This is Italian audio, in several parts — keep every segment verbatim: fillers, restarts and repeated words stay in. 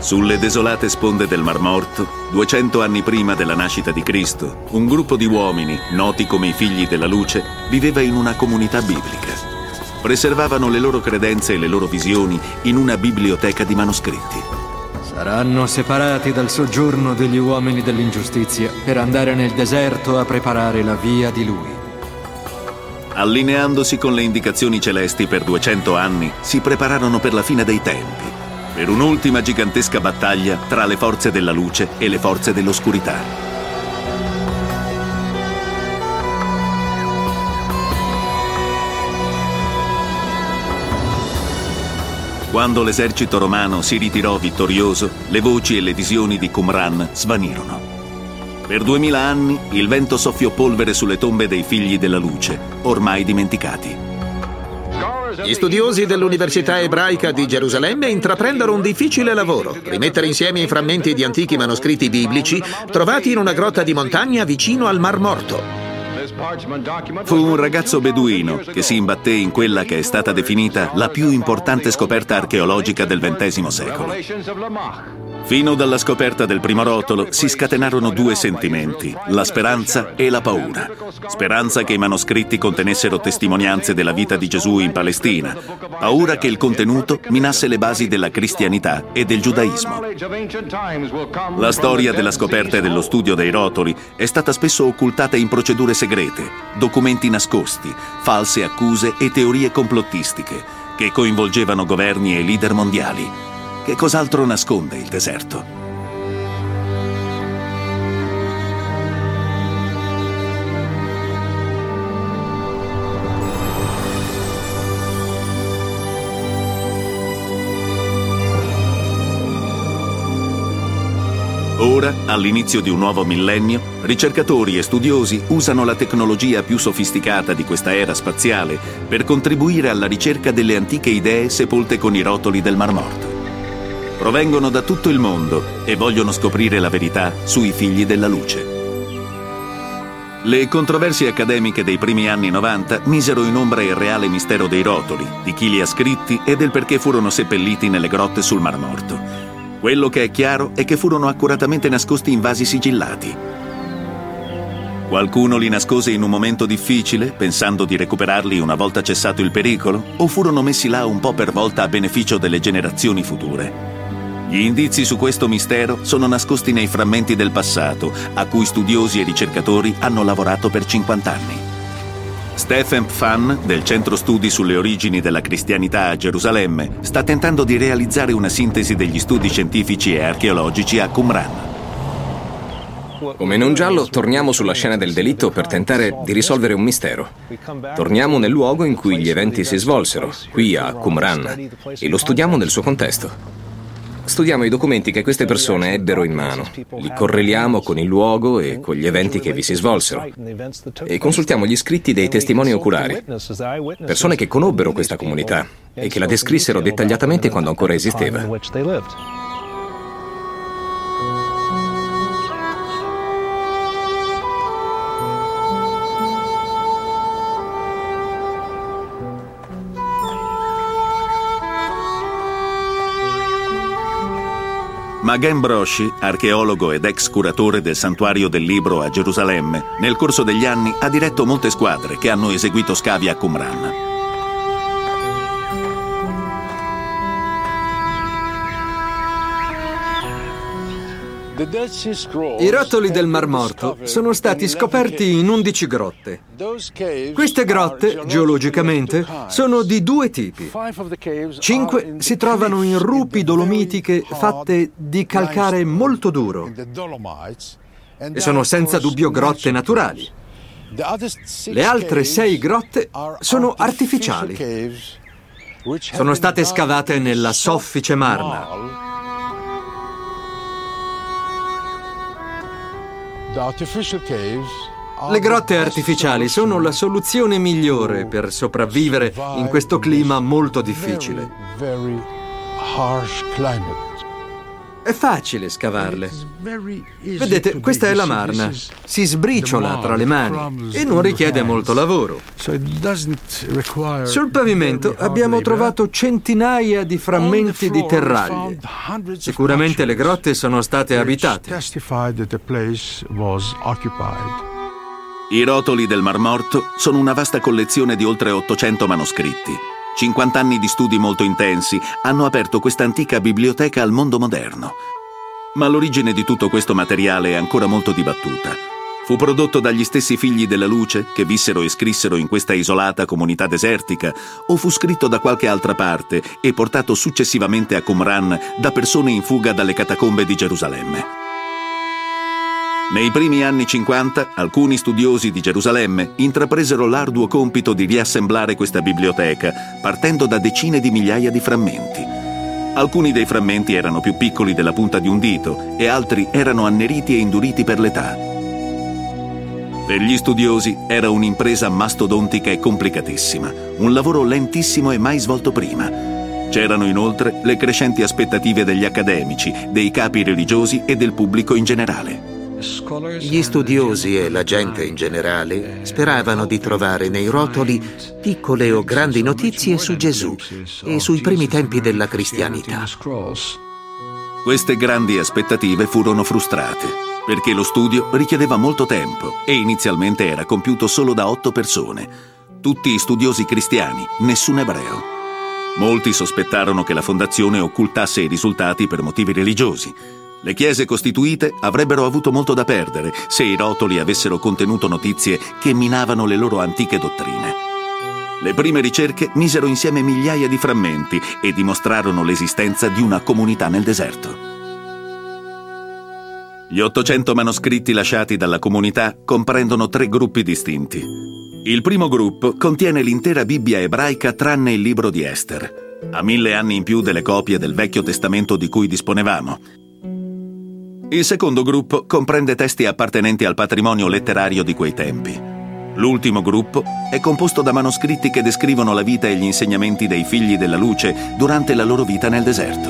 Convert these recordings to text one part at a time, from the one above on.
Sulle desolate sponde del Mar Morto, duecento anni prima della nascita di Cristo, un gruppo di uomini, noti come i figli della luce, viveva in una comunità biblica. Preservavano le loro credenze e le loro visioni in una biblioteca di manoscritti. Saranno separati dal soggiorno degli uomini dell'ingiustizia per andare nel deserto a preparare la via di Lui. Allineandosi con le indicazioni celesti per duecento anni, si prepararono per la fine dei tempi, per un'ultima gigantesca battaglia tra le forze della luce e le forze dell'oscurità. Quando l'esercito romano si ritirò vittorioso, le voci e le visioni di Qumran svanirono. Per duemila anni il vento soffiò polvere sulle tombe dei figli della luce, ormai dimenticati. Gli studiosi dell'Università Ebraica di Gerusalemme intraprendono un difficile lavoro: rimettere insieme i frammenti di antichi manoscritti biblici trovati in una grotta di montagna vicino al Mar Morto. Fu un ragazzo beduino che si imbatté in quella che è stata definita la più importante scoperta archeologica del ventesimo secolo. Fino dalla scoperta del primo rotolo si scatenarono due sentimenti, la speranza e la paura. Speranza che i manoscritti contenessero testimonianze della vita di Gesù in Palestina, paura che il contenuto minasse le basi della cristianità e del giudaismo. La storia della scoperta e dello studio dei rotoli è stata spesso occultata in procedure segrete, documenti nascosti, false accuse e teorie complottistiche che coinvolgevano governi e leader mondiali. Che cos'altro nasconde il deserto? Ora, all'inizio di un nuovo millennio, ricercatori e studiosi usano la tecnologia più sofisticata di questa era spaziale per contribuire alla ricerca delle antiche idee sepolte con i rotoli del Mar Morto. Provengono da tutto il mondo e vogliono scoprire la verità sui figli della luce. Le controversie accademiche dei primi anni novanta misero in ombra il reale mistero dei rotoli, di chi li ha scritti e del perché furono seppelliti nelle grotte sul Mar Morto. Quello che è chiaro è che furono accuratamente nascosti in vasi sigillati. Qualcuno li nascose in un momento difficile, pensando di recuperarli una volta cessato il pericolo, o furono messi là un po' per volta a beneficio delle generazioni future? Gli indizi su questo mistero sono nascosti nei frammenti del passato, a cui studiosi e ricercatori hanno lavorato per cinquanta anni. Stephen Pfann, del Centro Studi sulle origini della cristianità a Gerusalemme, sta tentando di realizzare una sintesi degli studi scientifici e archeologici a Qumran. Come in un giallo, torniamo sulla scena del delitto per tentare di risolvere un mistero. Torniamo nel luogo in cui gli eventi si svolsero, qui a Qumran, e lo studiamo nel suo contesto. Studiamo i documenti che queste persone ebbero in mano, li correliamo con il luogo e con gli eventi che vi si svolsero e consultiamo gli scritti dei testimoni oculari, persone che conobbero questa comunità e che la descrissero dettagliatamente quando ancora esisteva. Magen Broshi, archeologo ed ex curatore del Santuario del Libro a Gerusalemme, nel corso degli anni ha diretto molte squadre che hanno eseguito scavi a Qumran. I rotoli del Mar Morto sono stati scoperti in undici grotte. Queste grotte, geologicamente, sono di due tipi. Cinque si trovano in rupi dolomitiche fatte di calcare molto duro e sono senza dubbio grotte naturali. Le altre sei grotte sono artificiali. Sono state scavate nella soffice marna. Le grotte artificiali sono la soluzione migliore per sopravvivere in questo clima molto difficile. È facile scavarle. Vedete, questa è la marna. Si sbriciola tra le mani e non richiede molto lavoro. Sul pavimento abbiamo trovato centinaia di frammenti di terraglie. Sicuramente le grotte sono state abitate. I rotoli del Mar Morto sono una vasta collezione di oltre ottocento manoscritti. cinquanta anni di studi molto intensi hanno aperto questa antica biblioteca al mondo moderno. Ma l'origine di tutto questo materiale è ancora molto dibattuta. Fu prodotto dagli stessi figli della luce che vissero e scrissero in questa isolata comunità desertica, o fu scritto da qualche altra parte e portato successivamente a Qumran da persone in fuga dalle catacombe di Gerusalemme. Nei primi anni cinquanta, alcuni studiosi di Gerusalemme intrapresero l'arduo compito di riassemblare questa biblioteca, partendo da decine di migliaia di frammenti. Alcuni dei frammenti erano più piccoli della punta di un dito e altri erano anneriti e induriti per l'età. Per gli studiosi era un'impresa mastodontica e complicatissima, un lavoro lentissimo e mai svolto prima. C'erano inoltre le crescenti aspettative degli accademici, dei capi religiosi e del pubblico in generale. Gli studiosi e la gente in generale speravano di trovare nei rotoli piccole o grandi notizie su Gesù e sui primi tempi della cristianità. Queste grandi aspettative furono frustrate, perché lo studio richiedeva molto tempo e inizialmente era compiuto solo da otto persone, tutti studiosi cristiani, nessun ebreo. Molti sospettarono che la fondazione occultasse i risultati per motivi religiosi. Le chiese costituite avrebbero avuto molto da perdere se i rotoli avessero contenuto notizie che minavano le loro antiche dottrine. Le prime ricerche misero insieme migliaia di frammenti e dimostrarono l'esistenza di una comunità nel deserto. Gli ottocento manoscritti lasciati dalla comunità comprendono tre gruppi distinti. Il primo gruppo contiene l'intera Bibbia ebraica tranne il libro di Ester, a mille anni in più delle copie del Vecchio Testamento di cui disponevamo. Il secondo gruppo comprende testi appartenenti al patrimonio letterario di quei tempi. L'ultimo gruppo è composto da manoscritti che descrivono la vita e gli insegnamenti dei figli della luce durante la loro vita nel deserto.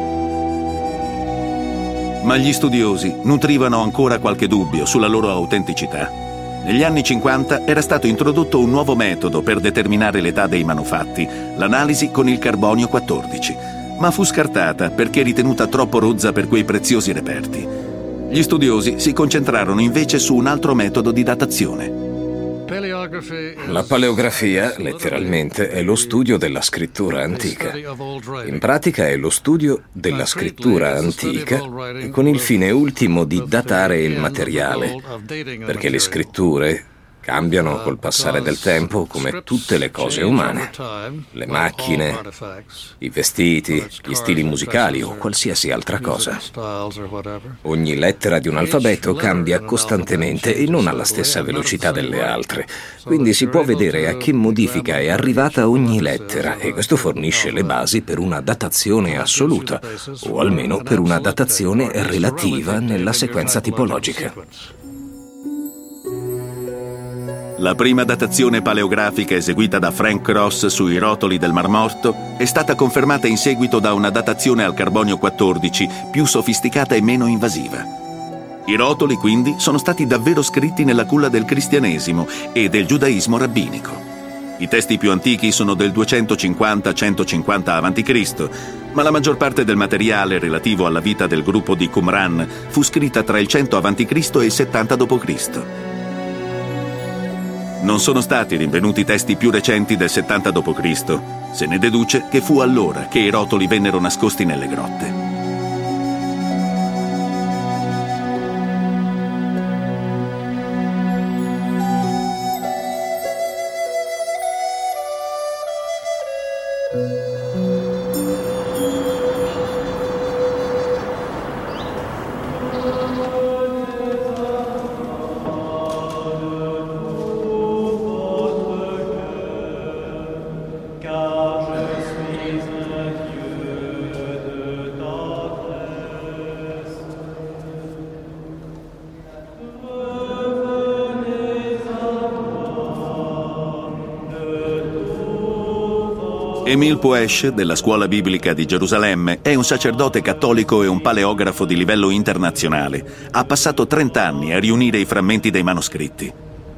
Ma gli studiosi nutrivano ancora qualche dubbio sulla loro autenticità. Negli anni cinquanta era stato introdotto un nuovo metodo per determinare l'età dei manufatti, l'analisi con il carbonio quattordici. Ma fu scartata perché ritenuta troppo rozza per quei preziosi reperti. Gli studiosi si concentrarono invece su un altro metodo di datazione. La paleografia, letteralmente, è lo studio della scrittura antica. In pratica è lo studio della scrittura antica con il fine ultimo di datare il materiale, perché le scritture cambiano col passare del tempo come tutte le cose umane. Le macchine, i vestiti, gli stili musicali o qualsiasi altra cosa. Ogni lettera di un alfabeto cambia costantemente e non alla stessa velocità delle altre. Quindi si può vedere a che modifica è arrivata ogni lettera e questo fornisce le basi per una datazione assoluta o almeno per una datazione relativa nella sequenza tipologica. La prima datazione paleografica eseguita da Frank Ross sui rotoli del Mar Morto è stata confermata in seguito da una datazione al carbonio quattordici più sofisticata e meno invasiva. I rotoli, quindi, sono stati davvero scritti nella culla del cristianesimo e del giudaismo rabbinico. I testi più antichi sono del duecentocinquanta centocinquanta avanti Cristo, ma la maggior parte del materiale relativo alla vita del gruppo di Qumran fu scritta tra il cento avanti Cristo e il settanta dopo Cristo Non sono stati rinvenuti testi più recenti del settanta dopo Cristo Se ne deduce che fu allora che i rotoli vennero nascosti nelle grotte. Emil Poesch, della Scuola Biblica di Gerusalemme, è un sacerdote cattolico e un paleografo di livello internazionale. Ha passato trenta anni a riunire i frammenti dei manoscritti.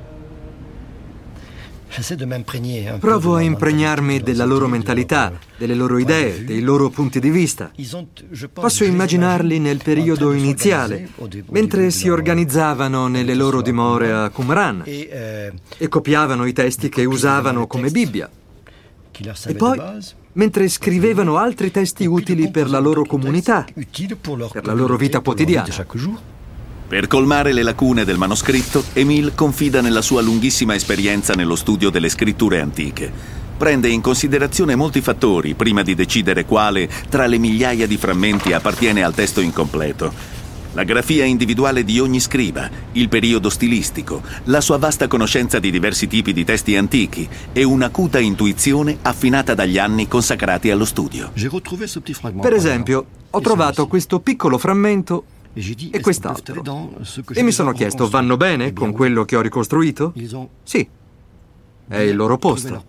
Provo a impregnarmi della loro mentalità, delle loro idee, dei loro punti di vista. Posso immaginarli nel periodo iniziale, mentre si organizzavano nelle loro dimore a Qumran e copiavano i testi che usavano come Bibbia. E poi, mentre scrivevano altri testi utili per la loro comunità, per la loro vita quotidiana. Per colmare le lacune del manoscritto, Emil confida nella sua lunghissima esperienza nello studio delle scritture antiche. Prende in considerazione molti fattori prima di decidere quale, tra le migliaia di frammenti, appartiene al testo incompleto. La grafia individuale di ogni scriba, il periodo stilistico, la sua vasta conoscenza di diversi tipi di testi antichi e un'acuta intuizione affinata dagli anni consacrati allo studio. Per esempio, ho trovato questo piccolo frammento e quest'altro. E mi sono chiesto, vanno bene con quello che ho ricostruito? Sì, è il loro posto.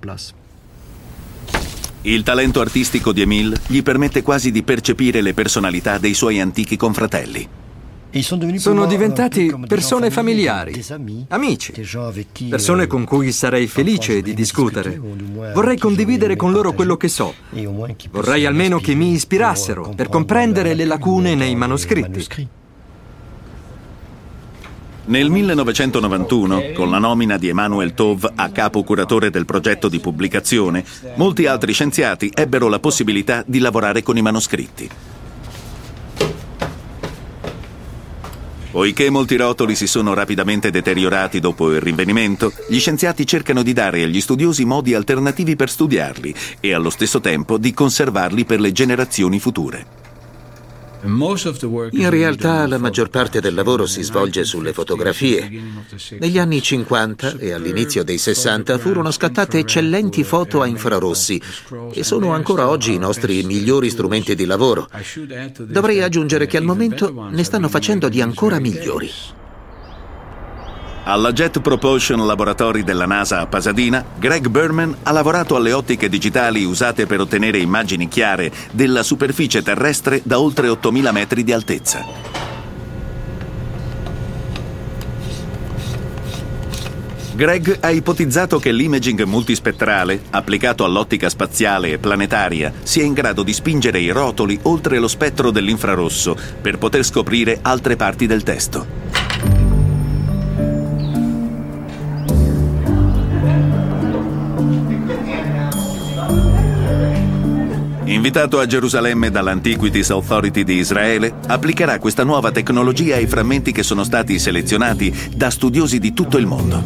Il talento artistico di Emil gli permette quasi di percepire le personalità dei suoi antichi confratelli. Sono diventati persone familiari, amici, persone con cui sarei felice di discutere. Vorrei condividere con loro quello che so. Vorrei almeno che mi ispirassero per comprendere le lacune nei manoscritti. Nel millenovecentonovantuno, con la nomina di Emanuel Tov a capo curatore del progetto di pubblicazione, molti altri scienziati ebbero la possibilità di lavorare con i manoscritti. Poiché molti rotoli si sono rapidamente deteriorati dopo il rinvenimento, gli scienziati cercano di dare agli studiosi modi alternativi per studiarli e allo stesso tempo di conservarli per le generazioni future. In realtà la maggior parte del lavoro si svolge sulle fotografie. Negli anni cinquanta e all'inizio dei sessanta furono scattate eccellenti foto a infrarossi e sono ancora oggi i nostri migliori strumenti di lavoro. Dovrei aggiungere che al momento ne stanno facendo di ancora migliori. Alla Jet Propulsion Laboratory della NASA a Pasadena, Greg Berman ha lavorato alle ottiche digitali usate per ottenere immagini chiare della superficie terrestre da oltre ottomila metri di altezza. Greg ha ipotizzato che l'imaging multispettrale, applicato all'ottica spaziale e planetaria, sia in grado di spingere i rotoli oltre lo spettro dell'infrarosso per poter scoprire altre parti del testo. Invitato a Gerusalemme dall'Antiquities Authority di Israele, applicherà questa nuova tecnologia ai frammenti che sono stati selezionati da studiosi di tutto il mondo.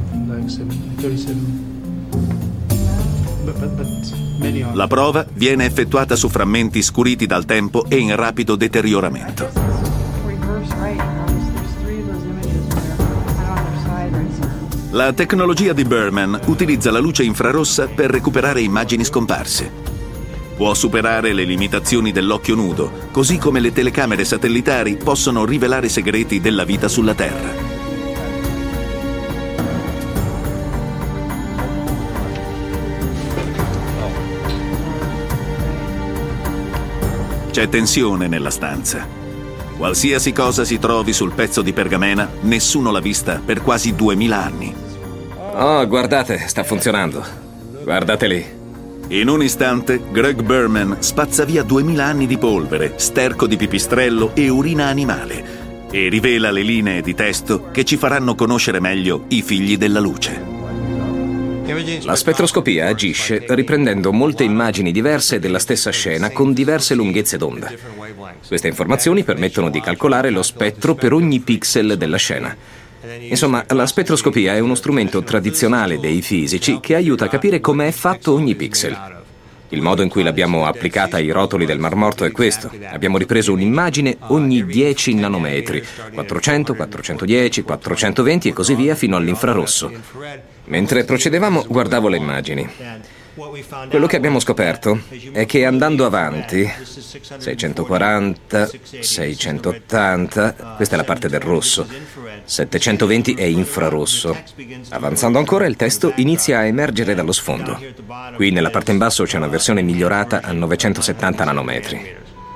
La prova viene effettuata su frammenti scuriti dal tempo e in rapido deterioramento. La tecnologia di Berman utilizza la luce infrarossa per recuperare immagini scomparse. Può superare le limitazioni dell'occhio nudo, così come le telecamere satellitari possono rivelare segreti della vita sulla Terra. C'è tensione nella stanza. Qualsiasi cosa si trovi sul pezzo di pergamena, nessuno l'ha vista per quasi duemila anni. Oh, guardate, sta funzionando. Guardate lì. In un istante, Greg Berman spazza via duemila anni di polvere, sterco di pipistrello e urina animale e rivela le linee di testo che ci faranno conoscere meglio i figli della luce. La spettroscopia agisce riprendendo molte immagini diverse della stessa scena con diverse lunghezze d'onda. Queste informazioni permettono di calcolare lo spettro per ogni pixel della scena. Insomma, la spettroscopia è uno strumento tradizionale dei fisici che aiuta a capire come è fatto ogni pixel. Il modo in cui l'abbiamo applicata ai rotoli del Mar Morto è questo. Abbiamo ripreso un'immagine ogni dieci nanometri, quattrocento, quattrocentodieci, quattrocentoventi e così via fino all'infrarosso. Mentre procedevamo, guardavo le immagini. Quello che abbiamo scoperto è che andando avanti, seicentoquaranta, seicentottanta, questa è la parte del rosso, settecentoventi è infrarosso. Avanzando ancora il testo inizia a emergere dallo sfondo. Qui nella parte in basso c'è una versione migliorata a novecentosettanta nanometri.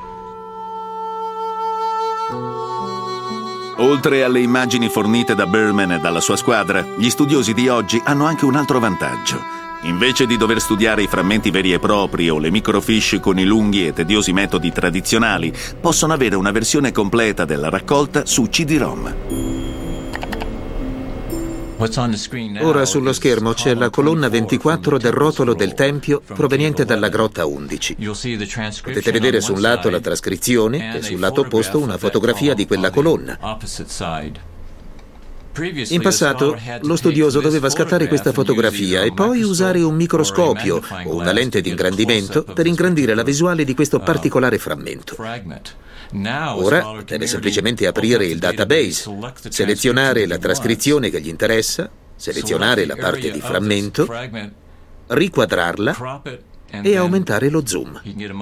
Oltre alle immagini fornite da Berman e dalla sua squadra, gli studiosi di oggi hanno anche un altro vantaggio. Invece di dover studiare i frammenti veri e propri o le microfiche con i lunghi e tediosi metodi tradizionali, possono avere una versione completa della raccolta su C D ROM. Ora sullo schermo c'è la colonna ventiquattro del rotolo del Tempio proveniente dalla grotta undici. Potete vedere su un lato la trascrizione e sul lato opposto una fotografia di quella colonna. In passato lo studioso doveva scattare questa fotografia e poi usare un microscopio o una lente di ingrandimento per ingrandire la visuale di questo particolare frammento. Ora deve semplicemente aprire il database, selezionare la trascrizione che gli interessa, selezionare la parte di frammento, riquadrarla e aumentare lo zoom.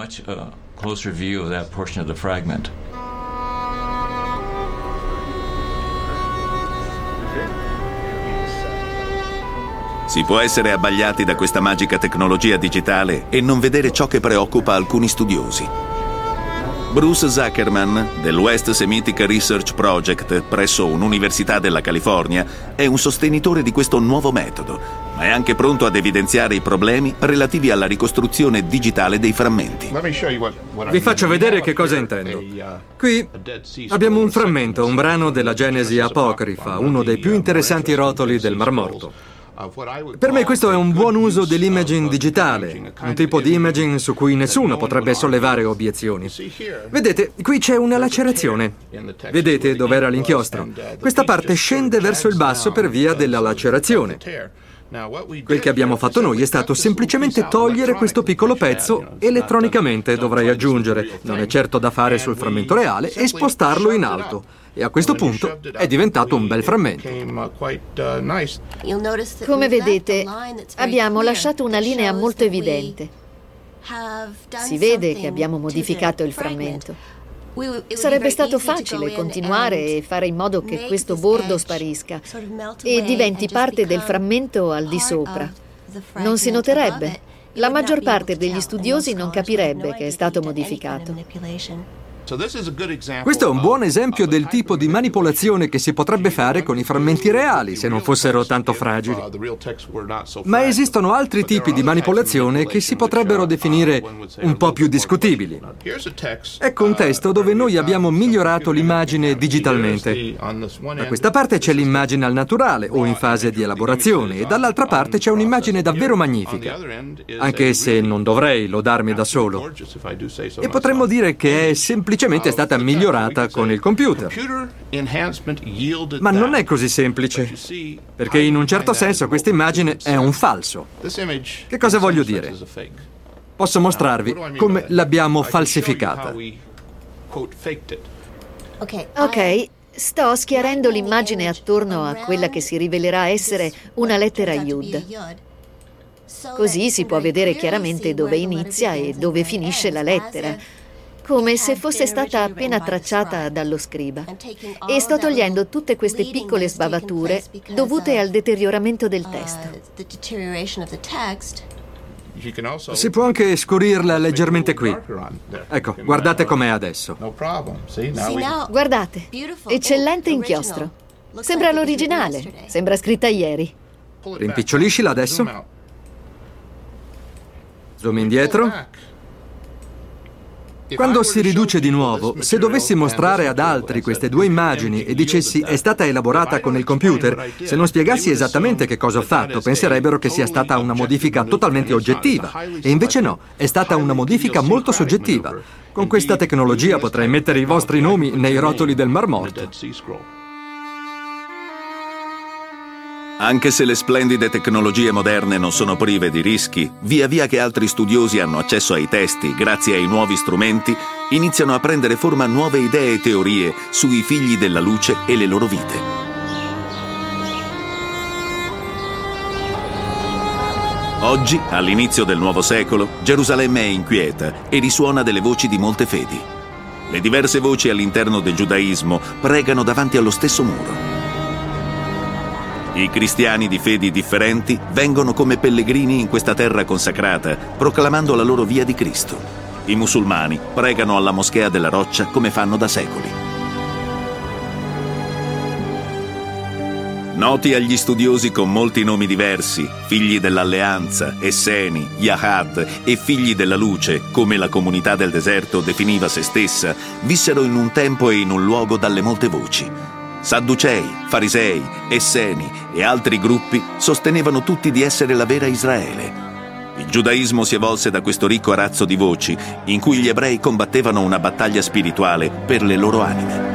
Si può essere abbagliati da questa magica tecnologia digitale e non vedere ciò che preoccupa alcuni studiosi. Bruce Zuckerman, del West Semitic Research Project presso un'università della California, è un sostenitore di questo nuovo metodo, ma è anche pronto ad evidenziare i problemi relativi alla ricostruzione digitale dei frammenti. Vi faccio vedere che cosa intendo. Qui abbiamo un frammento, un brano della Genesi apocrifa, uno dei più interessanti rotoli del Mar Morto. Per me questo è un buon uso dell'imaging digitale, un tipo di imaging su cui nessuno potrebbe sollevare obiezioni. Vedete, qui c'è una lacerazione. Vedete dov'era l'inchiostro? Questa parte scende verso il basso per via della lacerazione. Quel che abbiamo fatto noi è stato semplicemente togliere questo piccolo pezzo elettronicamente, dovrei aggiungere, non è certo da fare sul frammento reale, e spostarlo in alto. E a questo punto è diventato un bel frammento. Come vedete, abbiamo lasciato una linea molto evidente. Si vede che abbiamo modificato il frammento. Sarebbe stato facile continuare e fare in modo che questo bordo sparisca e diventi parte del frammento al di sopra. Non si noterebbe. La maggior parte degli studiosi non capirebbe che è stato modificato. Questo è un buon esempio del tipo di manipolazione che si potrebbe fare con i frammenti reali se non fossero tanto fragili. Ma esistono altri tipi di manipolazione che si potrebbero definire un po' più discutibili. Ecco un testo dove noi abbiamo migliorato l'immagine digitalmente. Da questa parte c'è l'immagine al naturale o in fase di elaborazione e dall'altra parte c'è un'immagine davvero magnifica, anche se non dovrei lodarmi da solo. E potremmo dire che è semplicemente semplicemente è stata migliorata con il computer. Ma non è così semplice, perché in un certo senso questa immagine è un falso. Che cosa voglio dire? Posso mostrarvi come l'abbiamo falsificata. Ok, sto schiarendo l'immagine attorno a quella che si rivelerà essere una lettera Yud. Così si può vedere chiaramente dove inizia e dove finisce la lettera, come se fosse stata appena tracciata dallo scriba. E sto togliendo tutte queste piccole sbavature dovute al deterioramento del testo. Si può anche scurirla leggermente qui. Ecco, guardate com'è adesso. Guardate, eccellente inchiostro. Sembra l'originale, sembra scritta ieri. Rimpiccioliscila adesso. Zoom indietro. Quando si riduce di nuovo, se dovessi mostrare ad altri queste due immagini e dicessi è stata elaborata con il computer, se non spiegassi esattamente che cosa ho fatto, penserebbero che sia stata una modifica totalmente oggettiva. E invece no, è stata una modifica molto soggettiva. Con questa tecnologia potrei mettere i vostri nomi nei rotoli del Mar Morto. Anche se le splendide tecnologie moderne non sono prive di rischi, via via che altri studiosi hanno accesso ai testi grazie ai nuovi strumenti, iniziano a prendere forma nuove idee e teorie sui figli della luce e le loro vite. Oggi, all'inizio del nuovo secolo, Gerusalemme è inquieta e risuona delle voci di molte fedi. Le diverse voci all'interno del giudaismo pregano davanti allo stesso muro. I cristiani di fedi differenti vengono come pellegrini in questa terra consacrata, proclamando la loro via di Cristo. I musulmani pregano alla Moschea della Roccia come fanno da secoli. Noti agli studiosi con molti nomi diversi, figli dell'Alleanza, Esseni, Yahad e figli della luce, come la comunità del deserto definiva se stessa, vissero in un tempo e in un luogo dalle molte voci. Sadducei, Farisei, Esseni e altri gruppi sostenevano tutti di essere la vera Israele. Il giudaismo si evolse da questo ricco arazzo di voci, in cui gli ebrei combattevano una battaglia spirituale per le loro anime.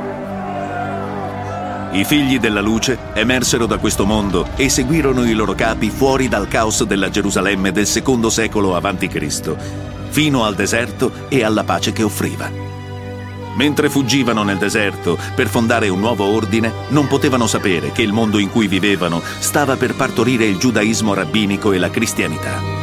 I figli della luce emersero da questo mondo e seguirono i loro capi fuori dal caos della Gerusalemme del secondo secolo avanti Cristo, fino al deserto e alla pace che offriva. Mentre fuggivano nel deserto per fondare un nuovo ordine, non potevano sapere che il mondo in cui vivevano stava per partorire il giudaismo rabbinico e la cristianità.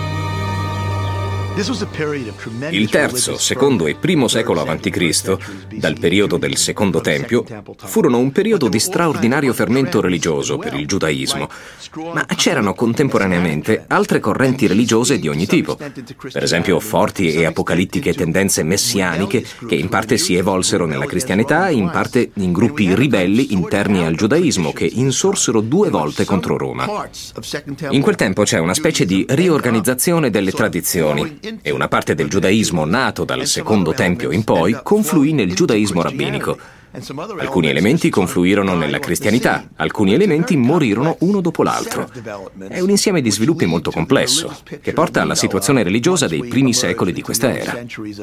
Il terzo, secondo e primo secolo avanti Cristo, dal periodo del Secondo Tempio, furono un periodo di straordinario fermento religioso per il giudaismo, ma c'erano contemporaneamente altre correnti religiose di ogni tipo, per esempio forti e apocalittiche tendenze messianiche che in parte si evolsero nella cristianità e in parte in gruppi ribelli interni al giudaismo che insorsero due volte contro Roma. In quel tempo c'è una specie di riorganizzazione delle tradizioni, e una parte del giudaismo nato dal Secondo Tempio in poi confluì nel giudaismo rabbinico. Alcuni elementi confluirono nella cristianità, alcuni elementi morirono uno dopo l'altro. È un insieme di sviluppi molto complesso, che porta alla situazione religiosa dei primi secoli di questa era.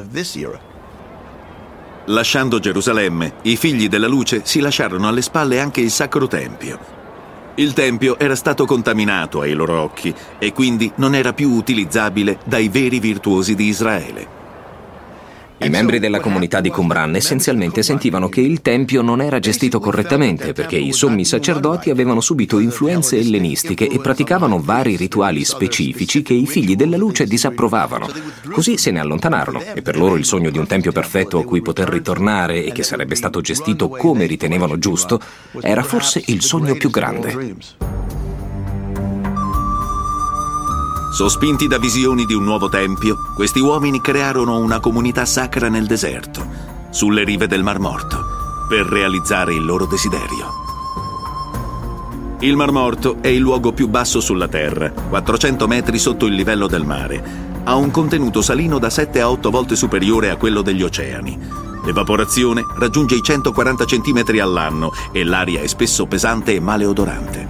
Lasciando Gerusalemme, i figli della luce si lasciarono alle spalle anche il Sacro Tempio. Il Tempio era stato contaminato ai loro occhi e quindi non era più utilizzabile dai veri virtuosi di Israele. I membri della comunità di Qumran essenzialmente sentivano che il Tempio non era gestito correttamente perché i sommi sacerdoti avevano subito influenze ellenistiche e praticavano vari rituali specifici che i figli della luce disapprovavano. Così se ne allontanarono e per loro il sogno di un Tempio perfetto a cui poter ritornare e che sarebbe stato gestito come ritenevano giusto era forse il sogno più grande. Sospinti da visioni di un nuovo tempio, questi uomini crearono una comunità sacra nel deserto, sulle rive del Mar Morto, per realizzare il loro desiderio. Il Mar Morto è il luogo più basso sulla Terra, quattrocento metri sotto il livello del mare. Ha un contenuto salino da sette a otto volte superiore a quello degli oceani. L'evaporazione raggiunge i centoquaranta centimetri all'anno e l'aria è spesso pesante e maleodorante.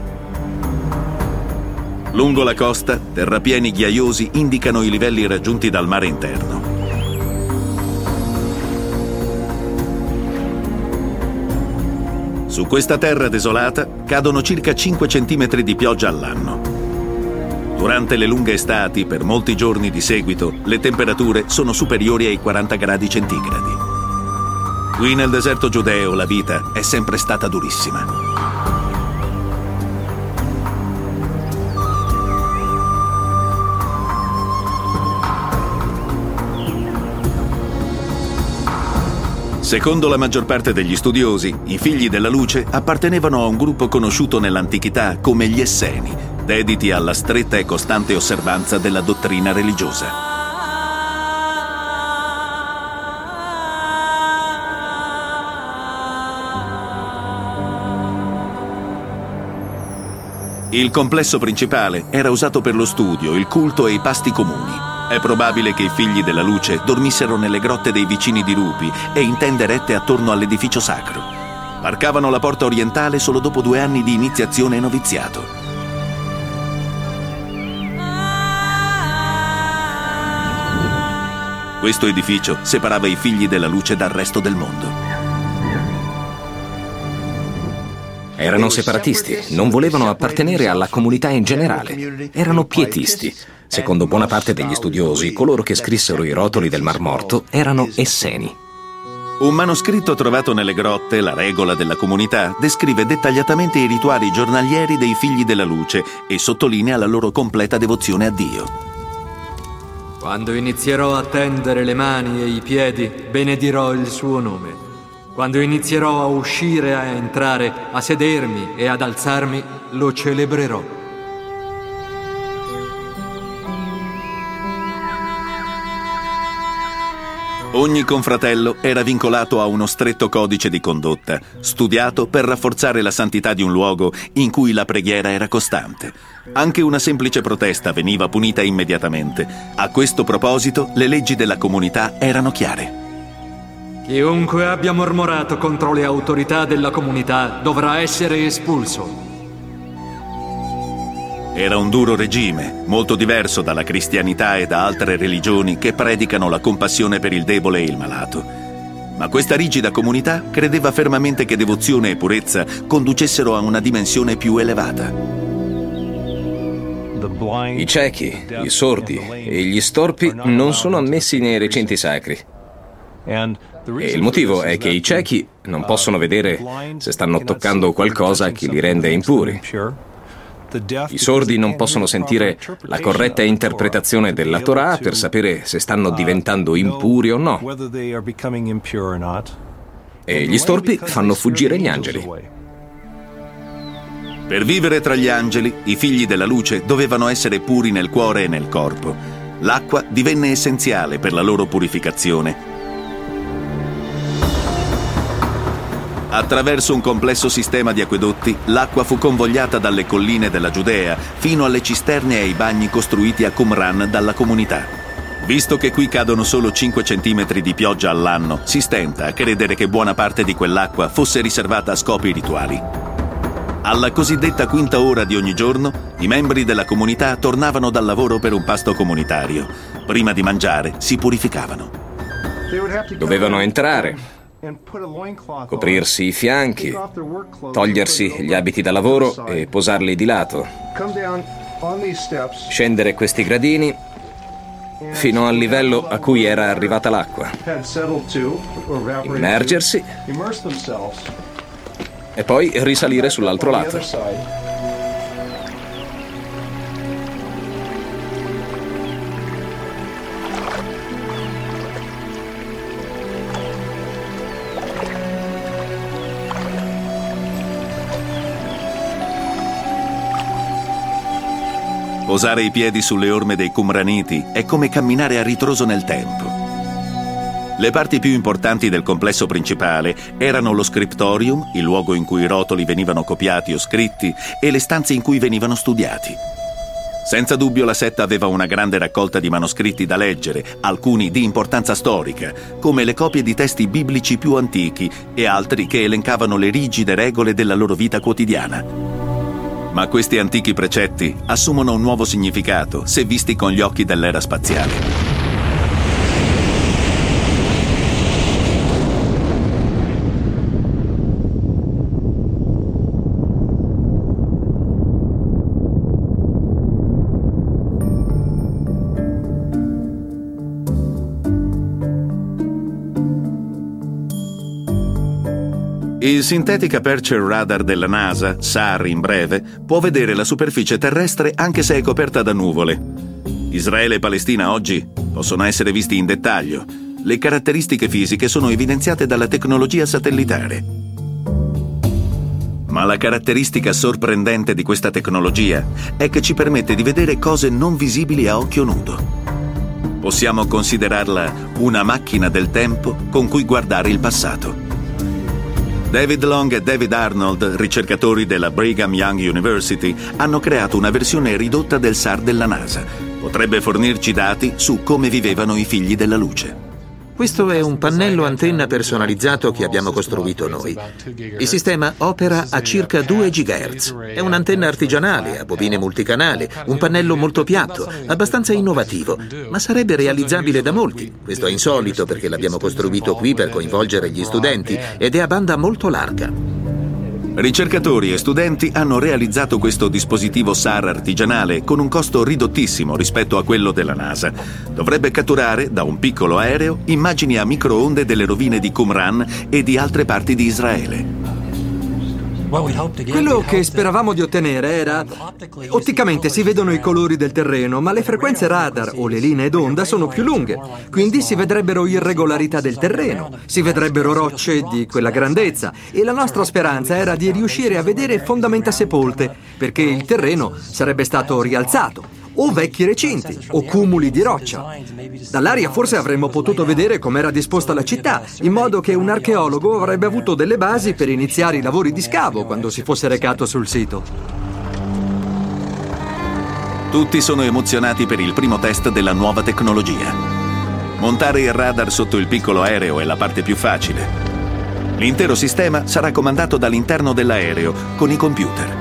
Lungo la costa, terrapieni ghiaiosi indicano i livelli raggiunti dal mare interno. Su questa terra desolata cadono circa cinque centimetri di pioggia all'anno. Durante le lunghe estati, per molti giorni di seguito, le temperature sono superiori ai quaranta gradi centigradi. Qui nel deserto giudeo la vita è sempre stata durissima. Secondo la maggior parte degli studiosi, i figli della luce appartenevano a un gruppo conosciuto nell'antichità come gli Esseni, dediti alla stretta e costante osservanza della dottrina religiosa. Il complesso principale era usato per lo studio, il culto e i pasti comuni. È probabile che i figli della luce dormissero nelle grotte dei vicini dirupi e in tende rette attorno all'edificio sacro. Varcavano la porta orientale solo dopo due anni di iniziazione e noviziato. Questo edificio separava i figli della luce dal resto del mondo. Erano separatisti, non volevano appartenere alla comunità in generale. Erano pietisti. Secondo buona parte degli studiosi, coloro che scrissero i rotoli del Mar Morto erano Esseni. Un manoscritto trovato nelle grotte, La regola della comunità, descrive dettagliatamente i rituali giornalieri dei figli della luce e sottolinea la loro completa devozione a Dio. Quando inizierò a tendere le mani e i piedi, benedirò il suo nome. Quando inizierò a uscire, a entrare, a sedermi e ad alzarmi, lo celebrerò. Ogni confratello era vincolato a uno stretto codice di condotta, studiato per rafforzare la santità di un luogo in cui la preghiera era costante. Anche una semplice protesta veniva punita immediatamente. A questo proposito, le leggi della comunità erano chiare. Chiunque abbia mormorato contro le autorità della comunità dovrà essere espulso. Era un duro regime, molto diverso dalla cristianità e da altre religioni che predicano la compassione per il debole e il malato. Ma questa rigida comunità credeva fermamente che devozione e purezza conducessero a una dimensione più elevata. I ciechi, i sordi e gli storpi non sono ammessi nei recinti sacri. E il motivo è che i ciechi non possono vedere se stanno toccando qualcosa che li rende impuri. I sordi non possono sentire la corretta interpretazione della Torah per sapere se stanno diventando impuri o no. E gli storpi fanno fuggire gli angeli. Per vivere tra gli angeli, i figli della luce dovevano essere puri nel cuore e nel corpo. L'acqua divenne essenziale per la loro purificazione. Attraverso un complesso sistema di acquedotti, l'acqua fu convogliata dalle colline della Giudea fino alle cisterne e ai bagni costruiti a Qumran dalla comunità. Visto che qui cadono solo cinque centimetri di pioggia all'anno, si stenta a credere che buona parte di quell'acqua fosse riservata a scopi rituali. Alla cosiddetta quinta ora di ogni giorno, i membri della comunità tornavano dal lavoro per un pasto comunitario. Prima di mangiare, si purificavano. Dovevano entrare, coprirsi i fianchi, togliersi gli abiti da lavoro e posarli di lato, scendere questi gradini fino al livello a cui era arrivata l'acqua, immergersi e poi risalire sull'altro lato. Posare i piedi sulle orme dei Qumraniti è come camminare a ritroso nel tempo. Le parti più importanti del complesso principale erano lo scriptorium, il luogo in cui i rotoli venivano copiati o scritti, e le stanze in cui venivano studiati. Senza dubbio la setta aveva una grande raccolta di manoscritti da leggere, alcuni di importanza storica, come le copie di testi biblici più antichi e altri che elencavano le rigide regole della loro vita quotidiana. Ma questi antichi precetti assumono un nuovo significato se visti con gli occhi dell'era spaziale. Il Synthetic Aperture Radar della NASA, S A R in breve, può vedere la superficie terrestre anche se è coperta da nuvole. Israele e Palestina oggi possono essere visti in dettaglio. Le caratteristiche fisiche sono evidenziate dalla tecnologia satellitare. Ma la caratteristica sorprendente di questa tecnologia è che ci permette di vedere cose non visibili a occhio nudo. Possiamo considerarla una macchina del tempo con cui guardare il passato. David Long e David Arnold, ricercatori della Brigham Young University, hanno creato una versione ridotta del S A R della NASA. Potrebbe fornirci dati su come vivevano i figli della luce. Questo è un pannello antenna personalizzato che abbiamo costruito noi. Il sistema opera a circa due gigahertz. È un'antenna artigianale, a bobine multicanale, un pannello molto piatto, abbastanza innovativo, ma sarebbe realizzabile da molti. Questo è insolito perché l'abbiamo costruito qui per coinvolgere gli studenti ed è a banda molto larga. Ricercatori e studenti hanno realizzato questo dispositivo S A R artigianale con un costo ridottissimo rispetto a quello della NASA. Dovrebbe catturare, da un piccolo aereo, immagini a microonde delle rovine di Qumran e di altre parti di Israele. Quello che speravamo di ottenere era... Otticamente si vedono i colori del terreno, ma le frequenze radar o le linee d'onda sono più lunghe, quindi si vedrebbero irregolarità del terreno, si vedrebbero rocce di quella grandezza, e la nostra speranza era di riuscire a vedere fondamenta sepolte, perché il terreno sarebbe stato rialzato, o vecchi recinti, o cumuli di roccia. Dall'aria forse avremmo potuto vedere com'era disposta la città, in modo che un archeologo avrebbe avuto delle basi per iniziare i lavori di scavo quando si fosse recato sul sito. Tutti sono emozionati per il primo test della nuova tecnologia. Montare il radar sotto il piccolo aereo è la parte più facile. L'intero sistema sarà comandato dall'interno dell'aereo con i computer.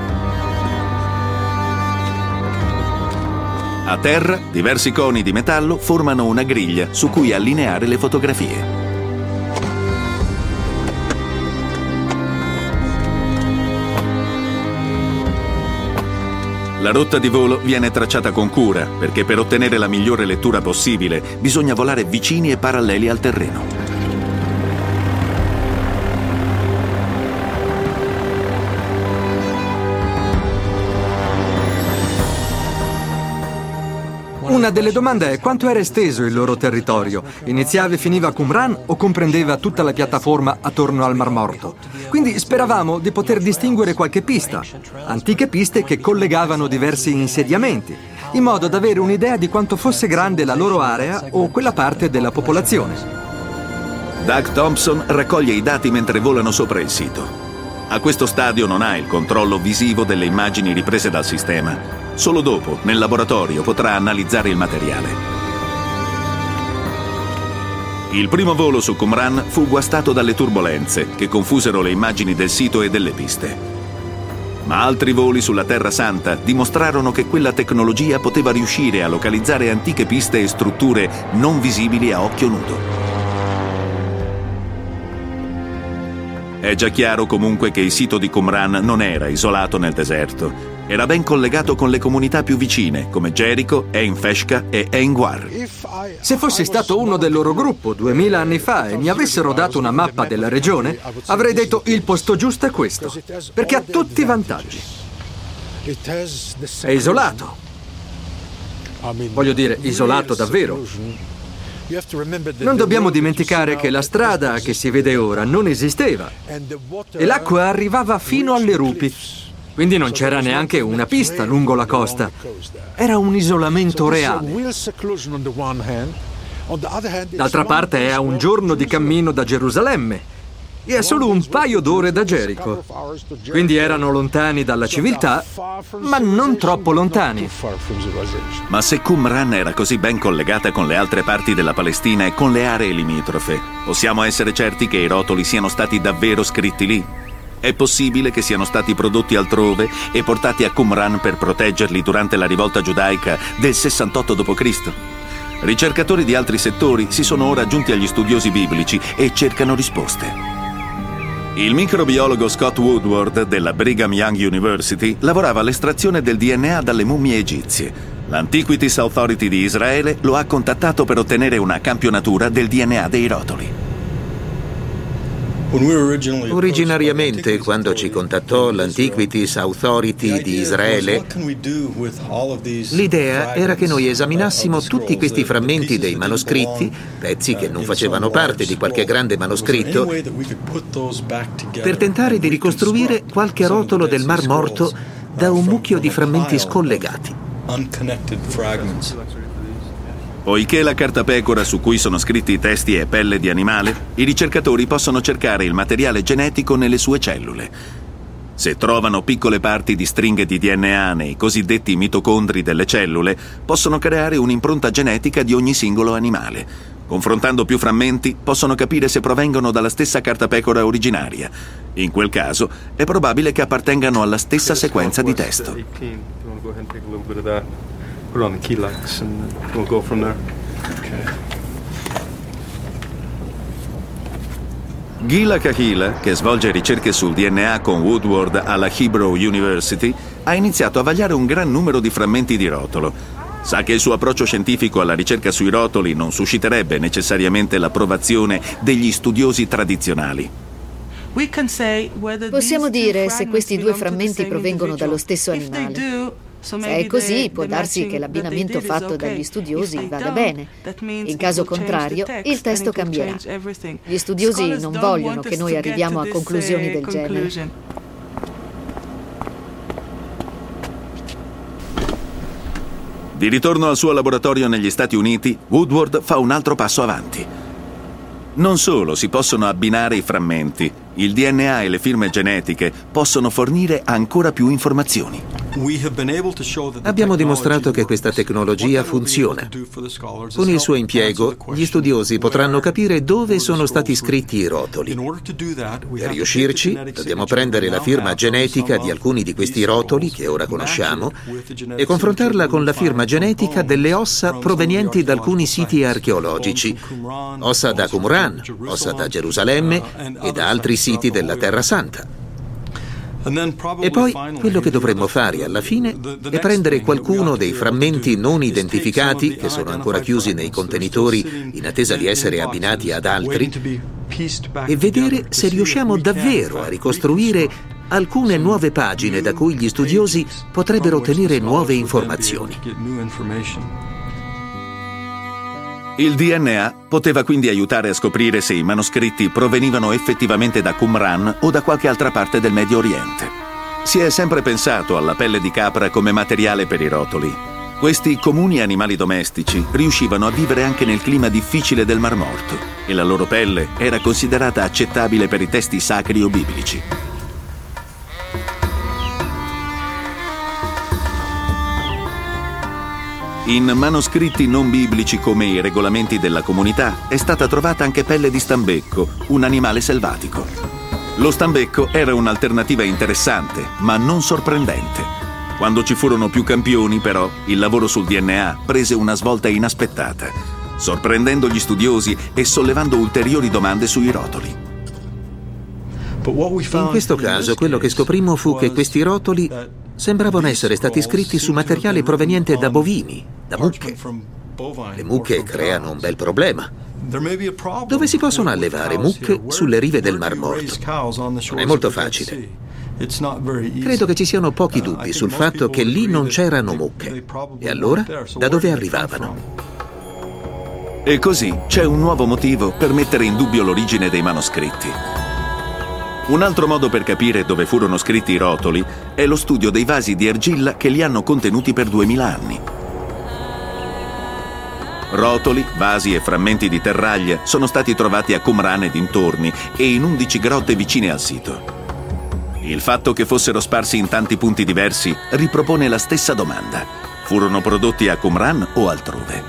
A terra, diversi coni di metallo formano una griglia su cui allineare le fotografie. La rotta di volo viene tracciata con cura, perché per ottenere la migliore lettura possibile bisogna volare vicini e paralleli al terreno. Una delle domande è quanto era esteso il loro territorio. Iniziava e finiva a Qumran o comprendeva tutta la piattaforma attorno al Mar Morto? Quindi speravamo di poter distinguere qualche pista, antiche piste che collegavano diversi insediamenti, in modo da avere un'idea di quanto fosse grande la loro area o quella parte della popolazione. Doug Thompson raccoglie i dati mentre volano sopra il sito. A questo stadio non ha il controllo visivo delle immagini riprese dal sistema. Solo dopo, nel laboratorio, potrà analizzare il materiale. Il primo volo su Qumran fu guastato dalle turbolenze, che confusero le immagini del sito e delle piste. Ma altri voli sulla Terra Santa dimostrarono che quella tecnologia poteva riuscire a localizzare antiche piste e strutture non visibili a occhio nudo. È già chiaro comunque che il sito di Qumran non era isolato nel deserto. Era ben collegato con le comunità più vicine, come Gerico, Ein Feshka e Ein Gwar. Se fossi stato uno del loro gruppo duemila anni fa e mi avessero dato una mappa della regione, avrei detto il posto giusto è questo, perché ha tutti i vantaggi. È isolato. Voglio dire, isolato davvero. Non dobbiamo dimenticare che la strada che si vede ora non esisteva e l'acqua arrivava fino alle rupi. Quindi non c'era neanche una pista lungo la costa. Era un isolamento reale. D'altra parte è a un giorno di cammino da Gerusalemme e a solo un paio d'ore da Gerico. Quindi erano lontani dalla civiltà, ma non troppo lontani. Ma se Qumran era così ben collegata con le altre parti della Palestina e con le aree limitrofe, possiamo essere certi che i rotoli siano stati davvero scritti lì? È possibile che siano stati prodotti altrove e portati a Qumran per proteggerli durante la rivolta giudaica del sessantotto dopo Cristo? Ricercatori di altri settori si sono ora giunti agli studiosi biblici e cercano risposte. Il microbiologo Scott Woodward della Brigham Young University lavorava all'estrazione del D N A dalle mummie egizie. L'Antiquities Authority di Israele lo ha contattato per ottenere una campionatura del D N A dei rotoli. Originariamente, quando ci contattò l'Antiquities Authority di Israele, l'idea era che noi esaminassimo tutti questi frammenti dei manoscritti, pezzi che non facevano parte di qualche grande manoscritto, per tentare di ricostruire qualche rotolo del Mar Morto da un mucchio di frammenti scollegati. Poiché la cartapecora su cui sono scritti i testi è pelle di animale, i ricercatori possono cercare il materiale genetico nelle sue cellule. Se trovano piccole parti di stringhe di D N A nei cosiddetti mitocondri delle cellule, possono creare un'impronta genetica di ogni singolo animale. Confrontando più frammenti, possono capire se provengono dalla stessa cartapecora originaria. In quel caso, è probabile che appartengano alla stessa sequenza di testo. Put on the key locks and we'll go from there. Okay. Gila Kahila, che svolge ricerche sul D N A con Woodward alla Hebrew University, ha iniziato a vagliare un gran numero di frammenti di rotolo. Sa che il suo approccio scientifico alla ricerca sui rotoli non susciterebbe necessariamente l'approvazione degli studiosi tradizionali. Possiamo dire se questi due frammenti provengono dallo stesso animale. Se è così, può darsi che l'abbinamento fatto dagli studiosi vada bene. In caso contrario, il testo cambierà. Gli studiosi non vogliono che noi arriviamo a conclusioni del genere. Di ritorno al suo laboratorio negli Stati Uniti, Woodward fa un altro passo avanti. Non solo si possono abbinare i frammenti, il D N A e le firme genetiche possono fornire ancora più informazioni. Abbiamo dimostrato che questa tecnologia funziona. Con il suo impiego, gli studiosi potranno capire dove sono stati scritti i rotoli. Per riuscirci, dobbiamo prendere la firma genetica di alcuni di questi rotoli, che ora conosciamo, e confrontarla con la firma genetica delle ossa provenienti da alcuni siti archeologici, ossa da Qumran, ossa da Gerusalemme e da altri siti della Terra Santa. E poi quello che dovremmo fare alla fine è prendere qualcuno dei frammenti non identificati, che sono ancora chiusi nei contenitori in attesa di essere abbinati ad altri, e vedere se riusciamo davvero a ricostruire alcune nuove pagine da cui gli studiosi potrebbero ottenere nuove informazioni. Il D N A poteva quindi aiutare a scoprire se i manoscritti provenivano effettivamente da Qumran o da qualche altra parte del Medio Oriente. Si è sempre pensato alla pelle di capra come materiale per i rotoli. Questi comuni animali domestici riuscivano a vivere anche nel clima difficile del Mar Morto e la loro pelle era considerata accettabile per i testi sacri o biblici. In manoscritti non biblici come i regolamenti della comunità è stata trovata anche pelle di stambecco, un animale selvatico. Lo stambecco era un'alternativa interessante, ma non sorprendente. Quando ci furono più campioni, però, il lavoro sul D N A prese una svolta inaspettata, sorprendendo gli studiosi e sollevando ulteriori domande sui rotoli. In questo caso, quello che scoprimmo fu che questi rotoli sembravano essere stati scritti su materiale proveniente da bovini, da mucche. Le mucche creano un bel problema. Dove si possono allevare mucche sulle rive del Mar Morto? Non è molto facile. Credo che ci siano pochi dubbi sul fatto che lì non c'erano mucche. E allora, da dove arrivavano? E così c'è un nuovo motivo per mettere in dubbio l'origine dei manoscritti. Un altro modo per capire dove furono scritti i rotoli è lo studio dei vasi di argilla che li hanno contenuti per duemila anni. Rotoli, vasi e frammenti di terraglia sono stati trovati a Qumran e dintorni e in undici grotte vicine al sito. Il fatto che fossero sparsi in tanti punti diversi ripropone la stessa domanda: furono prodotti a Qumran o altrove?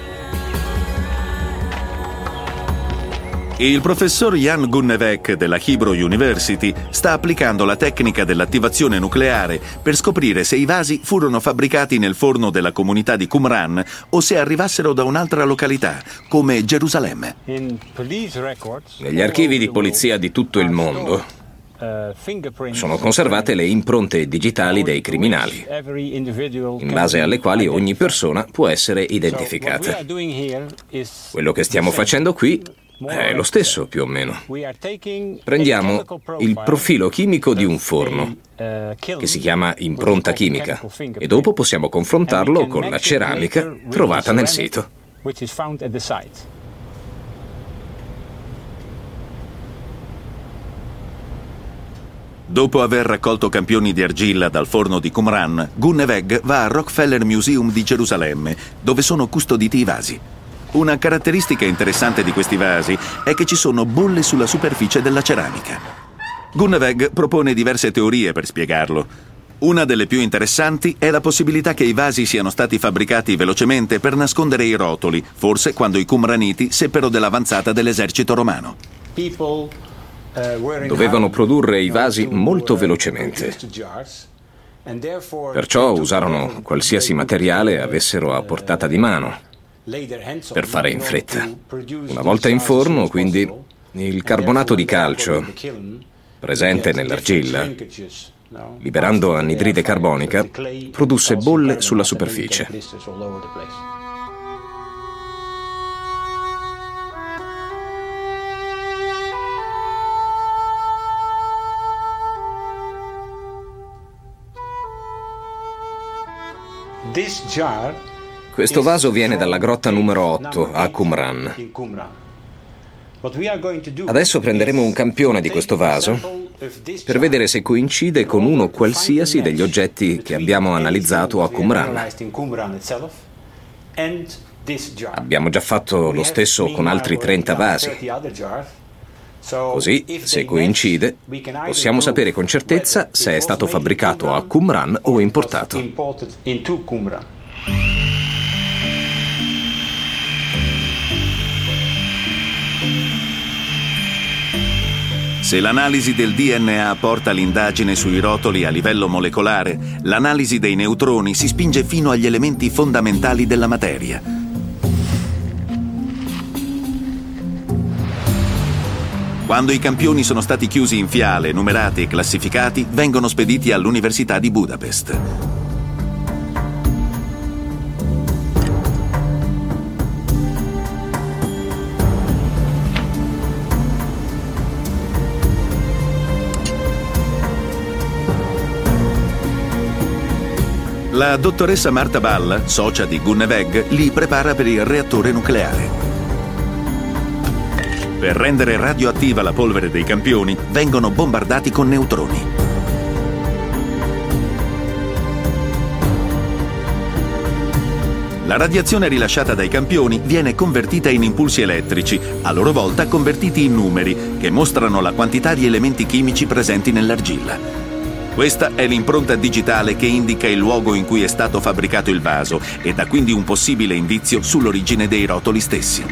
Il professor Jan Gunnevec della Hebrew University sta applicando la tecnica dell'attivazione nucleare per scoprire se i vasi furono fabbricati nel forno della comunità di Qumran o se arrivassero da un'altra località, come Gerusalemme. Negli archivi di polizia di tutto il mondo sono conservate le impronte digitali dei criminali, in base alle quali ogni persona può essere identificata. Quello che stiamo facendo qui è lo stesso, più o meno. Prendiamo il profilo chimico di un forno, che si chiama impronta chimica, e dopo possiamo confrontarlo con la ceramica trovata nel sito. Dopo aver raccolto campioni di argilla dal forno di Qumran, Gunnevec va al Rockefeller Museum di Gerusalemme, dove sono custoditi i vasi. Una caratteristica interessante di questi vasi è che ci sono bolle sulla superficie della ceramica. Gunnevec propone diverse teorie per spiegarlo. Una delle più interessanti è la possibilità che i vasi siano stati fabbricati velocemente per nascondere i rotoli, forse quando i Qumraniti seppero dell'avanzata dell'esercito romano. Dovevano produrre i vasi molto velocemente. Perciò usarono qualsiasi materiale avessero a portata di mano per fare in fretta. Una volta in forno, quindi, Il carbonato di calcio, presente nell'argilla, liberando anidride carbonica, produsse bolle sulla superficie. Questo vaso viene dalla grotta numero otto a Qumran. Adesso prenderemo un campione di questo vaso per vedere se coincide con uno qualsiasi degli oggetti che abbiamo analizzato a Qumran. Abbiamo già fatto lo stesso con altri trenta vasi. Così, se coincide, possiamo sapere con certezza se è stato fabbricato a Qumran o importato. Se l'analisi del D N A porta l'indagine sui rotoli a livello molecolare, l'analisi dei neutroni si spinge fino agli elementi fondamentali della materia. Quando i campioni sono stati chiusi in fiale, numerati e classificati, vengono spediti all'Università di Budapest. La dottoressa Marta Balla, socia di Gunneweg, li prepara per il reattore nucleare. Per rendere radioattiva la polvere dei campioni, vengono bombardati con neutroni. La radiazione rilasciata dai campioni viene convertita in impulsi elettrici, a loro volta convertiti in numeri, che mostrano la quantità di elementi chimici presenti nell'argilla. Questa è l'impronta digitale che indica il luogo in cui è stato fabbricato il vaso e dà quindi un possibile indizio sull'origine dei rotoli stessi.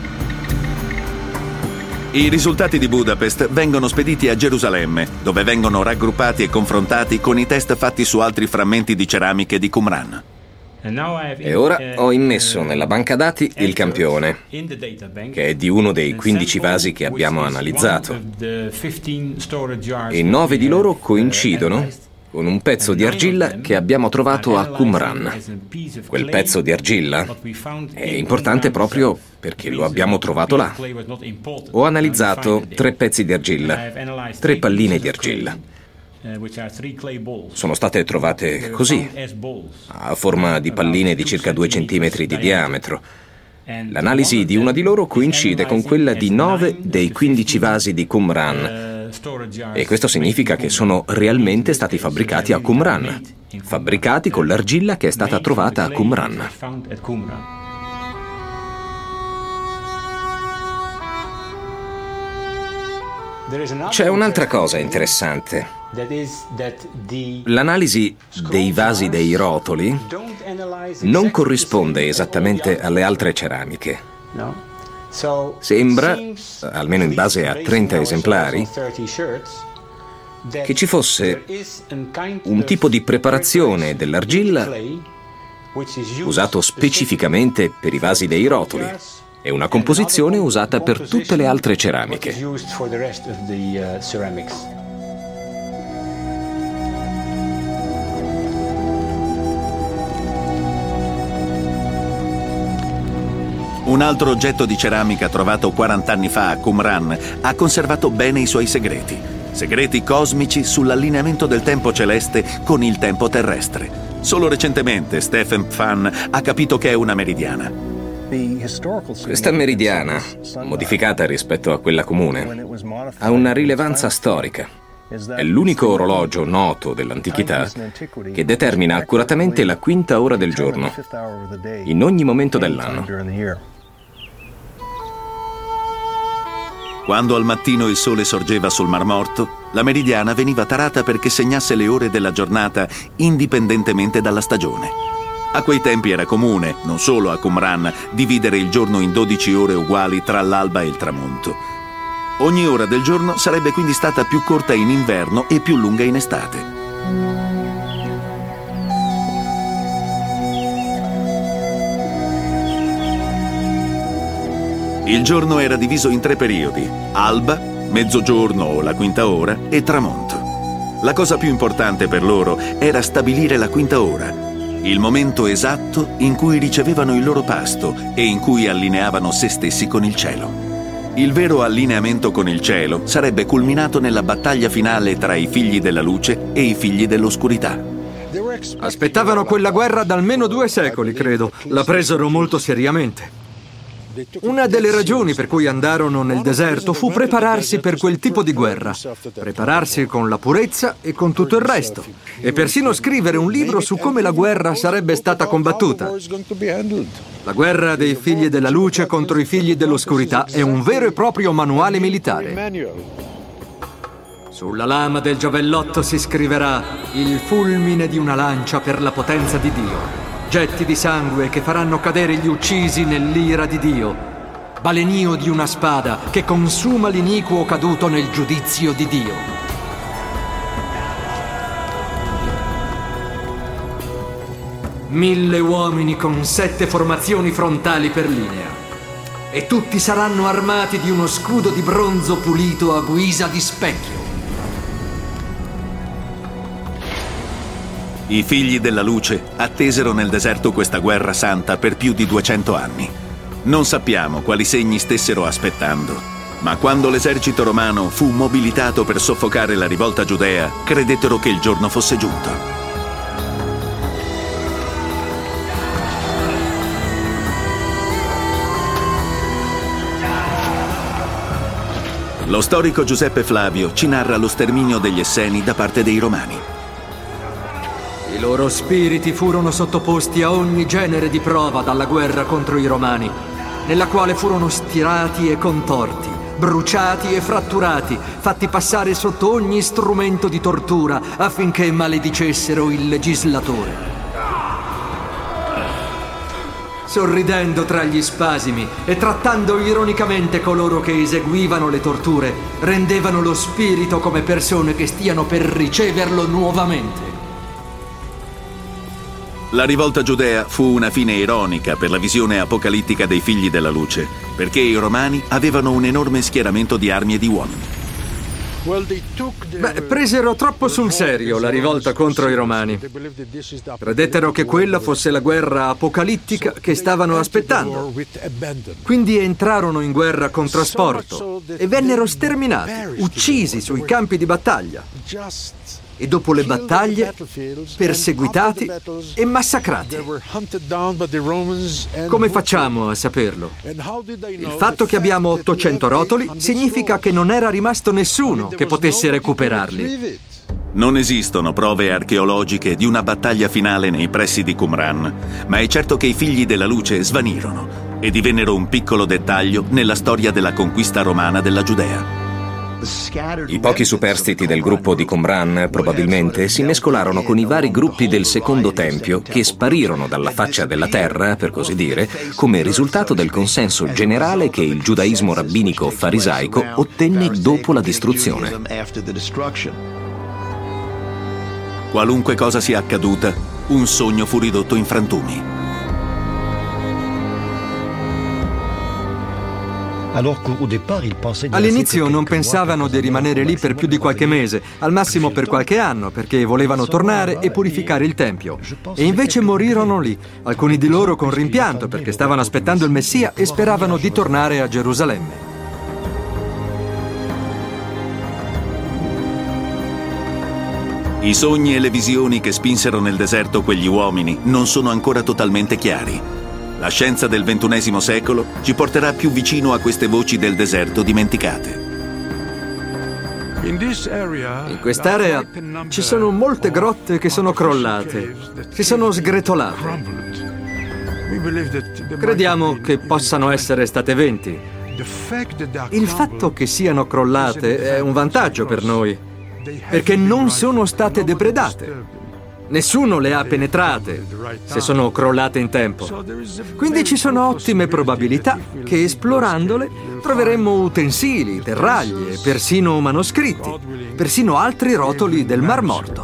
I risultati di Budapest vengono spediti a Gerusalemme, dove vengono raggruppati e confrontati con i test fatti su altri frammenti di ceramiche di Qumran. E ora ho immesso nella banca dati il campione, che è di uno dei quindici vasi che abbiamo analizzato. E nove di loro coincidono con un pezzo di argilla che abbiamo trovato a Qumran. Quel pezzo di argilla è importante proprio perché lo abbiamo trovato là. Ho analizzato tre pezzi di argilla, tre palline di argilla. Sono state trovate così, a forma di palline di circa due centimetri di diametro. L'analisi di una di loro coincide con quella di nove dei quindici vasi di Qumran. E questo significa che sono realmente stati fabbricati a Qumran, fabbricati con l'argilla che è stata trovata a Qumran. C'è un'altra cosa interessante. L'analisi dei vasi dei rotoli non corrisponde esattamente alle altre ceramiche. Sembra, almeno in base a trenta esemplari, che ci fosse un tipo di preparazione dell'argilla usato specificamente per i vasi dei rotoli e una composizione usata per tutte le altre ceramiche. Un altro oggetto di ceramica trovato quaranta anni fa a Qumran ha conservato bene i suoi segreti. Segreti cosmici sull'allineamento del tempo celeste con il tempo terrestre. Solo recentemente Stephen Pfann ha capito che è una meridiana. Questa meridiana, modificata rispetto a quella comune, ha una rilevanza storica. È l'unico orologio noto dell'antichità che determina accuratamente la quinta ora del giorno, in ogni momento dell'anno. Quando al mattino il sole sorgeva sul Mar Morto, la meridiana veniva tarata perché segnasse le ore della giornata indipendentemente dalla stagione. A quei tempi era comune, non solo a Qumran, dividere il giorno in dodici ore uguali tra l'alba e il tramonto. Ogni ora del giorno sarebbe quindi stata più corta in inverno e più lunga in estate. Il giorno era diviso in tre periodi: alba, mezzogiorno o la quinta ora e tramonto. La cosa più importante per loro era stabilire la quinta ora, il momento esatto in cui ricevevano il loro pasto e in cui allineavano se stessi con il cielo. Il vero allineamento con il cielo sarebbe culminato nella battaglia finale tra i figli della luce e i figli dell'oscurità. Aspettavano quella guerra da almeno due secoli, credo. La presero molto seriamente. Una delle ragioni per cui andarono nel deserto fu prepararsi per quel tipo di guerra, prepararsi con la purezza e con tutto il resto, e persino scrivere un libro su come la guerra sarebbe stata combattuta. La guerra dei figli della luce contro i figli dell'oscurità è un vero e proprio manuale militare. Sulla lama del giavellotto si scriverà: il fulmine di una lancia per la potenza di Dio. Getti di sangue che faranno cadere gli uccisi nell'ira di Dio. Balenio di una spada che consuma l'iniquo caduto nel giudizio di Dio. Mille uomini con sette formazioni frontali per linea. E tutti saranno armati di uno scudo di bronzo pulito a guisa di specchio. I figli della luce attesero nel deserto questa guerra santa per più di duecento anni. Non sappiamo quali segni stessero aspettando, ma quando l'esercito romano fu mobilitato per soffocare la rivolta giudea, credettero che il giorno fosse giunto. Lo storico Giuseppe Flavio ci narra lo sterminio degli Esseni da parte dei Romani. I loro spiriti furono sottoposti a ogni genere di prova dalla guerra contro i Romani, nella quale furono stirati e contorti, bruciati e fratturati, fatti passare sotto ogni strumento di tortura affinché maledicessero il legislatore. Sorridendo tra gli spasimi e trattando ironicamente coloro che eseguivano le torture, rendevano lo spirito come persone che stiano per riceverlo nuovamente. La rivolta giudea fu una fine ironica per la visione apocalittica dei figli della luce, perché i romani avevano un enorme schieramento di armi e di uomini. Beh, presero troppo sul serio la rivolta contro i Romani. Credettero che quella fosse la guerra apocalittica che stavano aspettando. Quindi entrarono in guerra con trasporto e vennero sterminati, uccisi sui campi di battaglia. E dopo le battaglie, perseguitati e massacrati. Come facciamo a saperlo? Il fatto che abbiamo ottocento rotoli significa che non era rimasto nessuno che potesse recuperarli. Non esistono prove archeologiche di una battaglia finale nei pressi di Qumran, ma è certo che i figli della luce svanirono e divennero un piccolo dettaglio nella storia della conquista romana della Giudea. I pochi superstiti del gruppo di Qumran probabilmente si mescolarono con i vari gruppi del secondo tempio che sparirono dalla faccia della terra, per così dire, come risultato del consenso generale che il giudaismo rabbinico farisaico ottenne dopo la distruzione. Qualunque cosa sia accaduta, un sogno fu ridotto in frantumi. All'inizio non pensavano di rimanere lì per più di qualche mese, al massimo per qualche anno, perché volevano tornare e purificare il Tempio. E invece morirono lì, alcuni di loro con rimpianto, perché stavano aspettando il Messia e speravano di tornare a Gerusalemme. I sogni e le visioni che spinsero nel deserto quegli uomini non sono ancora totalmente chiari. La scienza del ventunesimo secolo ci porterà più vicino a queste voci del deserto dimenticate. In quest'area ci sono molte grotte che sono crollate, si sono sgretolate. Crediamo che possano essere state venti. Il fatto che siano crollate è un vantaggio per noi, perché non sono state depredate. Nessuno le ha penetrate, se sono crollate in tempo. Quindi ci sono ottime probabilità che, esplorandole, troveremmo utensili, terraglie, persino manoscritti, persino altri rotoli del Mar Morto.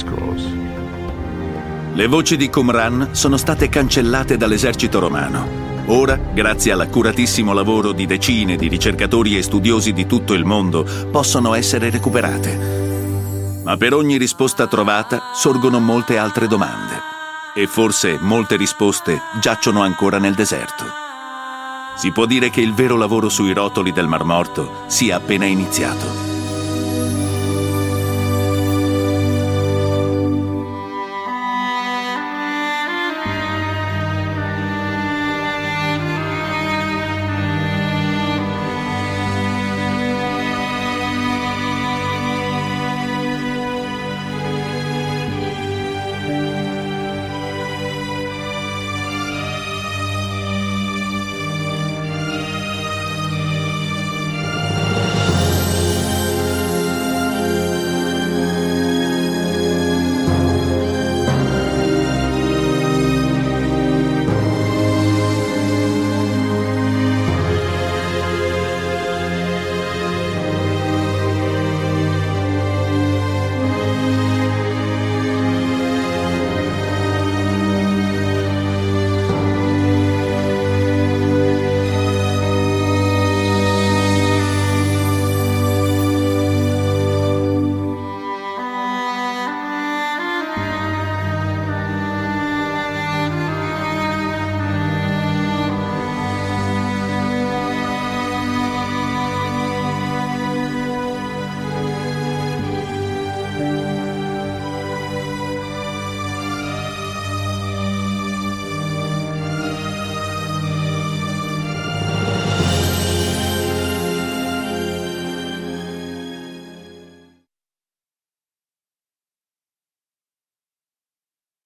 Le voci di Qumran sono state cancellate dall'esercito romano. Ora, grazie all'accuratissimo lavoro di decine di ricercatori e studiosi di tutto il mondo, possono essere recuperate. Ma per ogni risposta trovata sorgono molte altre domande. E forse molte risposte giacciono ancora nel deserto. Si può dire che il vero lavoro sui rotoli del Mar Morto sia appena iniziato.